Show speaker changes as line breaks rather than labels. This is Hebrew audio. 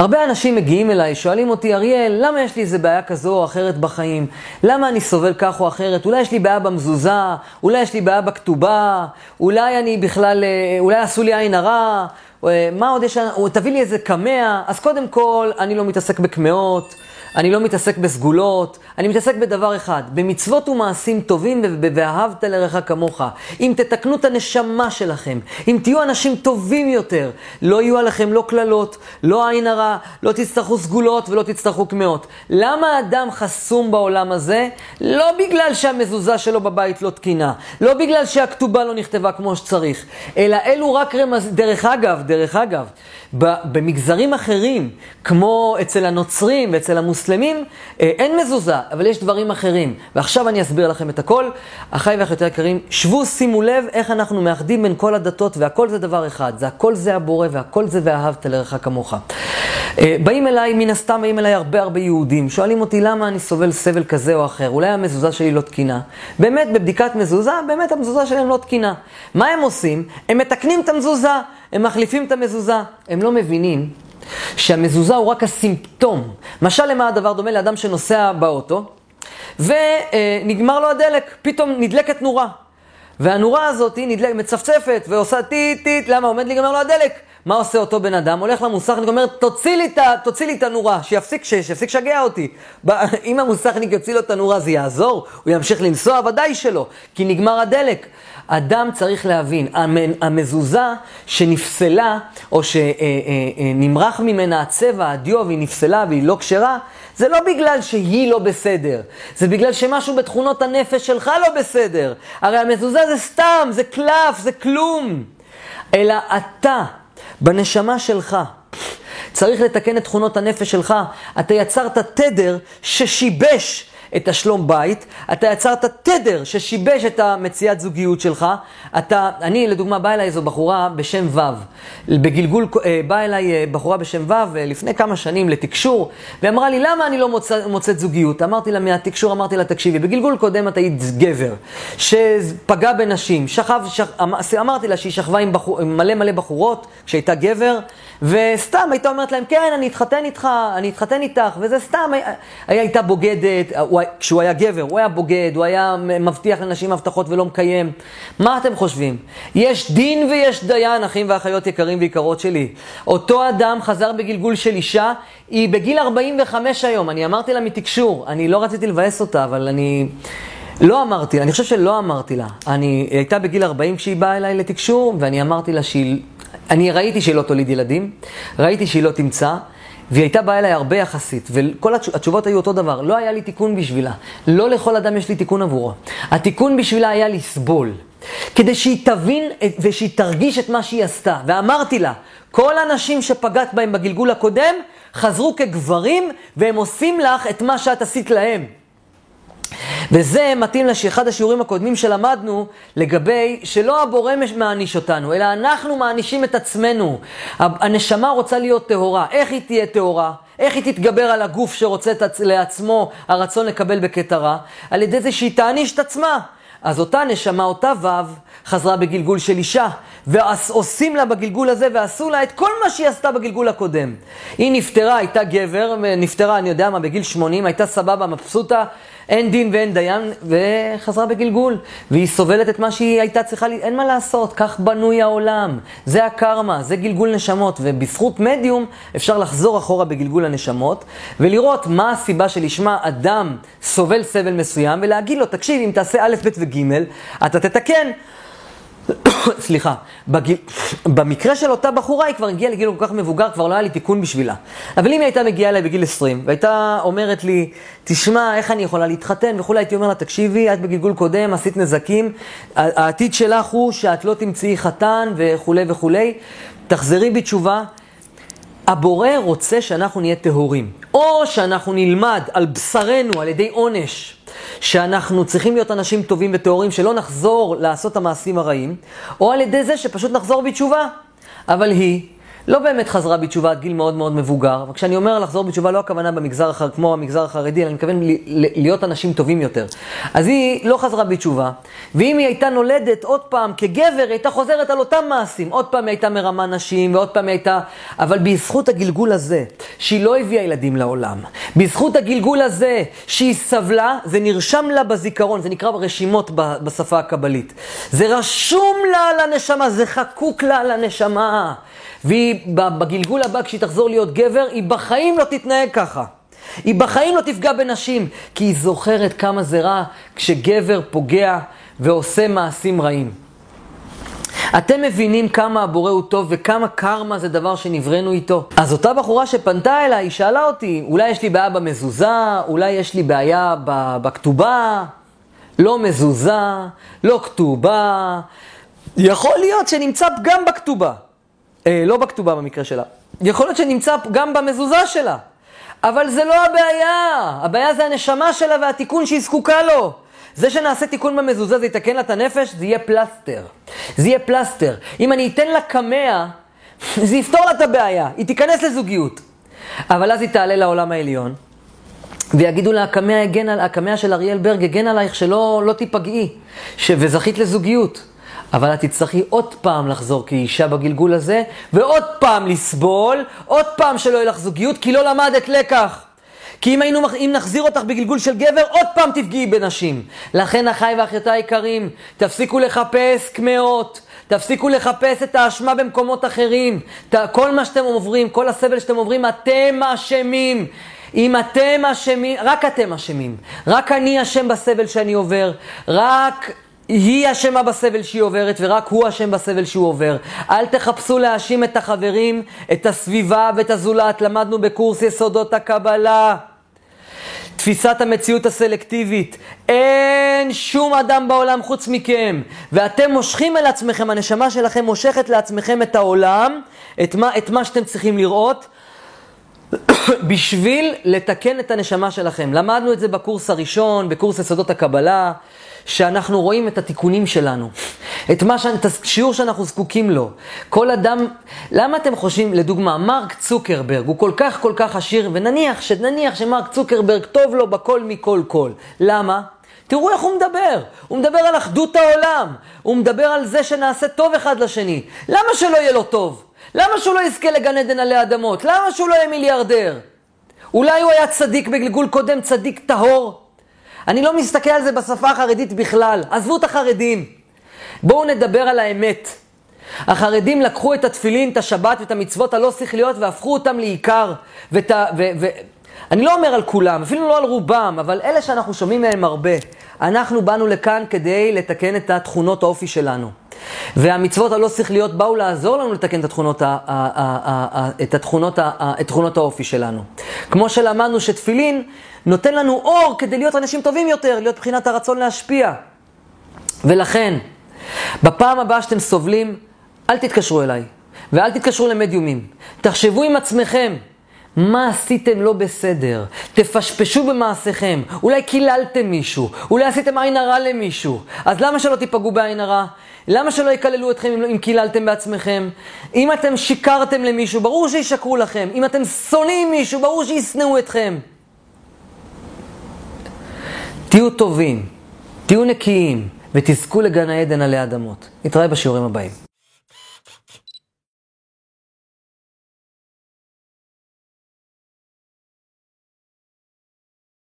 הרבה אנשים מגיעים אליי, שואלים אותי, אריאל, למה יש לי איזה בעיה כזו או אחרת בחיים? למה אני סובל כך או אחרת? אולי יש לי בעיה במזוזה, אולי יש לי בעיה בכתובה, אולי אני בכלל, אולי עשו לי עין הרע, מה עוד יש, תביא לי איזה קמע. אז קודם כל, אני לא מתעסק בקמעות, אני לא מתעסק בסגולות, אני מתעסק בדבר אחד, במצוות ומעשים טובים ואהבת לרעך כמוך. אם תתקנו את הנשמה שלכם, אם תהיו אנשים טובים יותר, לא יהיו עליכם לא כללות, לא עין הרע, לא תצטרכו סגולות ולא תצטרכו קמעות. למה אדם חסום בעולם הזה? לא בגלל שהמזוזה שלו בבית לא תקינה, לא בגלל שהכתובה לא נכתבה כמו שצריך, אלא אלו רק דרך אגב, במגזרים אחרים, כמו אצל הנוצרים ואצל המוסלמים, אין מזוזה, אבל יש דברים אחרים. ועכשיו אני אסביר לכם את הכל. אחיי ואחיותיי היקרים, שבו, שימו לב איך אנחנו מאחדים בין כל הדתות, והכל זה דבר אחד. זה הכל זה הבורא, והכל זה ואהבת לרעך כמוך. באים אליי, מן הסתם באים אליי הרבה יהודים, שואלים אותי למה אני סובל סבל כזה או אחר, אולי המזוזה שלי לא תקינה. באמת, בבדיקת מזוזה, באמת המזוזה שלהם לא תקינה. מה הם עושים? הם מתקנים את המזוזה, הם מחליפים את המזוזה. הם לא מבינים שהמזוזה הוא רק הסימפטום. משל למה הדבר דומה לאדם שנוסע באוטו, ונגמר לו הדלק, פתאום נדלקת נורה. והנורה הזאת מצפצפת ועושה טיט, למה? עומד להיגמר לו הדלק. מה עושה אותו בן אדם? הולך למוסכניק, אומר, תוציא לי את הנורה, שיפסיק שגע אותי. אם המוסכניק יוציא לו את הנורה, זה יעזור? הוא ימשיך לנסוע? ודאי שלא, כי נגמר הדלק. אדם צריך להבין, המזוזה שנפסלה, או שנמרח ממנה הצבע, הדיו, והיא נפסלה והיא לא כשרה, זה לא בגלל שהיא לא בסדר, זה בגלל שמשהו בתכונות הנפש שלך לא בסדר. הרי המזוזה זה סתם, זה קלף, זה כלום. אלא אתה, בנשמה שלך, צריך לתקן את תכונות הנפש שלך. אתה יצרת תדר ששיבש את השלום בית, אתה יצרת תדר ששיבש את המציאת זוגיות שלך. אני לדוגמה באה אליי איזו בחורה בשם ו', בגלגול באה אליי בחורה בשם ו' לפני כמה שנים לתקשור, ואמרה לי למה אני לא מוצאת זוגיות. אמרתי לה מהתקשור, אמרתי לה תקשיבי, בגלגול קודם את היית גבר שפגע בנשים, אמרתי לה שהיא שכבה עם מלא בחורות כשהייתה גבר, וסתם הייתה אומרת להם כן אני אתחתן איתך, וזה סתם הייתה בוגדת. כשהוא היה גבר, הוא היה בוגד, הוא היה מבטיח לנשים הבטחות ולא מקיים. מה אתם חושבים? יש דין ויש דיין, אחים ואחיות יקרים ויקרות שלי. אותו אדם חזר בגלגול של אישה, היא בגיל 45 היום. אני אמרתי לה מתקשור, אני לא רציתי לבאס אותה, אבל אני חושב שלא אמרתי לה. היא הייתה בגיל 40 כשהיא באה אליי לתקשור, ואני אמרתי לה אני ראיתי שהיא לא תוליד ילדים, ראיתי שהיא לא תמצא, והיא הייתה באה אליי הרבה יחסית, וכל התשובות היו אותו דבר. לא היה לי תיקון בשבילה. לא לכל אדם יש לי תיקון עבורו. התיקון בשבילה היה לסבול. כדי שהיא תבין ושהיא תרגיש את מה שהיא עשתה. ואמרתי לה, כל האנשים שפגעת בהם בגלגול הקודם, חזרו כגברים, והם עושים לך את מה שאת עשית להם. וזה מתאים לאחד השיעורים הקודמים שלמדנו לגבי שלא הבורא מעניש אותנו, אלא אנחנו מענישים את עצמנו. הנשמה רוצה להיות טהורה. איך היא תהיה טהורה? איך היא תתגבר על הגוף שרוצה לעצמו הרצון לקבל בקטע רע? על ידי זה שהיא תעניש את עצמה. אז אותה נשמה, אותה ו' חזרה בגלגול של אישה, ועושים לה בגלגול הזה, ועשו לה את כל מה שהיא עשתה בגלגול הקודם. היא נפטרה, הייתה גבר, נפטרה, אני יודע מה, בגיל 80, הייתה סבבה, מבסוטה, אין דין ואין דיין, וחזרה בגלגול. והיא סובלת את מה שהיא הייתה צריכה, אין מה לעשות, כך בנוי העולם. זה הקרמה, זה גלגול נשמות, ובזכות מדיום אפשר לחזור אחורה בגלגול הנשמות, ולראות מה הסיבה שלשמה אדם סובל סבל מסוים, ולהגיד לו, תקשיב, אם תעשה א', ב' וג', אתה תתקן. סליחה, במקרה של אותה בחורה היא כבר הגיעה לגיל כל כך מבוגר, כבר לא היה לי תיקון בשבילה. אבל אם היא הייתה מגיעה אליי בגיל 20, והייתה אומרת לי, תשמע, איך אני יכולה להתחתן וכולי, הייתי אומר לה, תקשיבי, את בגלגול קודם, עשית נזקים, העתיד שלך הוא שאת לא תמצאי חתן וכולי וכולי, תחזרי בתשובה. הבורא רוצה שאנחנו נהיה טהורים, או שאנחנו נלמד על בשרנו על ידי עונש, שאנחנו צריכים להיות אנשים טובים וטהורים, שלא נחזור לעשות המעשים הרעים, או על ידי זה שפשוט נחזור בתשובה. אבל היא לא באמת חזרה בתשובה עד גיל מאוד מאוד מבוגר, וכשאני אומר לחזור בתשובה לא הכוונה כמו המגזר החרדי, אלא אני מתכוון להיות אנשים טובים יותר. אז היא לא חזרה בתשובה, ואם היא הייתה נולדת עוד פעם כגבר, היא הייתה חוזרת על אותם מעשים, עוד פעם היא הייתה מרמה נשים, ועוד פעם היא הייתה, אבל בזכות הגלגול הזה, שהיא לא הביאה ילדים לעולם, בזכות הגלגול הזה שהיא סבלה, זה נרשם לה בזיכרון, זה נקרא רשימות בשפה הקבלית. זה רשום לה לנשמה, זה חקוק לה לנשמה. והיא בגלגול הבא, כשהיא תחזור להיות גבר, היא בחיים לא תתנהג ככה. היא בחיים לא תפגע בנשים, כי היא זוכרת כמה זה רע כשגבר פוגע ועושה מעשים רעים. אתם מבינים כמה הבורא הוא טוב וכמה קרמה זה דבר שנבראנו איתו? אז אותה בחורה שפנתה אליי, היא שאלה אותי, אולי יש לי בעיה במזוזה, אולי יש לי בעיה בכתובה, לא מזוזה, לא כתובה. יכול להיות שנמצא פגם בכתובה. לא בכתובה במקרה שלה. יכול להיות שנמצא גם במזוזה שלה. אבל זה לא הבעיה. הבעיה זה הנשמה שלה והתיקון שהיא זקוקה לו. זה שנעשה תיקון במזוזה, זה יתקן לה את הנפש, זה יהיה פלסטר. זה יהיה פלסטר. אם אני אתן לה קמע, זה יפתור לה את הבעיה. היא תיכנס לזוגיות. אבל אז היא תעלה לעולם העליון. ויגידו לה, הקמע של אריאל ברג הגן עלייך שלא תיפגעי. וזכית לזוגיות. אבל את תצטרכי עוד פעם לחזור כאישה בגלגול הזה, ועוד פעם לסבול, עוד פעם שלא יהיה לך זוגיות, כי לא למדת לקח. כי אם נחזיר אותך בגלגול של גבר, עוד פעם תפגעי בנשים. לכן אחיי ואחיותיי היקרים, תפסיקו לחפש קמעות, תפסיקו לחפש את האשמה במקומות אחרים. כל מה שאתם עוברים, כל הסבל שאתם עוברים, אתם אשמים. אם אתם אשמים, רק אתם אשמים. רק אני אשם בסבל שאני עובר. רק היא אשמה בסבל שהיא עוברת, ורק הוא אשם בסבל שהוא עובר. אל תחפשו להאשים את החברים, את הסביבה ואת הזולת. למדנו בקורס יסודות הקבלה. תפיסת המציאות הסלקטיבית. אין שום אדם בעולם חוץ מכם. ואתם מושכים אל עצמכם, הנשמה שלכם מושכת לעצמכם את העולם, את מה שאתם צריכים לראות, בשביל לתקן את הנשמה שלכם. למדנו את זה בקורס הראשון, בקורס יסודות הקבלה, שאנחנו רואים את התיקונים שלנו, את השיעור שאנחנו זקוקים לו. כל אדם, למה אתם חושבים, לדוגמה, מרק צוקרברג, הוא כל כך עשיר, ונניח שמרק צוקרברג טוב לו בכל מכל כל. למה? תראו איך הוא מדבר. הוא מדבר על אחדות העולם. הוא מדבר על זה שנעשה טוב אחד לשני. למה שלא יהיה לו טוב? למה שהוא לא יזכה לגן עדן עלי אדמות? למה שהוא לא יהיה מיליארדר? אולי הוא היה צדיק בגלגול קודם, צדיק טהור? אני לא מסתכל על זה בשפה החרדית בכלל. עזבו את החרדים. בואו נדבר על האמת. החרדים לקחו את התפילין, את השבת ואת המצוות הלא שכליות והפכו אותם לעיקר. אני לא אומר על כולם, אפילו לא על רובם, אבל אלה שאנחנו שומעים מהם הרבה. אנחנו באנו לכאן כדי לתקן את התכונות האופי שלנו. והמצוות הלא שכליות באו לעזור לנו לתקן את תכונות האופי שלנו. כמו שלמדנו שתפילין נותן לנו אור כדי להיות אנשים טובים יותר, להיות בחינת הרצון להשפיע. ולכן, בפעם הבאה שאתם סובלים, אל תתקשרו אליי, ואל תתקשרו למדיומים. תחשבו עם עצמכם, מה עשיתם לא בסדר? תפשפשו במעשיכם. אולי קיללתם מישהו, אולי עשיתם עין הרע למישהו. אז למה שלא תיפגעו בעין הרע? למה שלא יקללו אתכם אם קיללתם בעצמכם? אם אתם שיקרתם למישהו, ברור שישקרו לכם. אם אתם שונאים מישהו, ברור שישנאו אתכם. תהיו טובים, תהיו נקיים, ותזכו לגן העדן עלי אדמות. נתראה בשיעורים הבאים.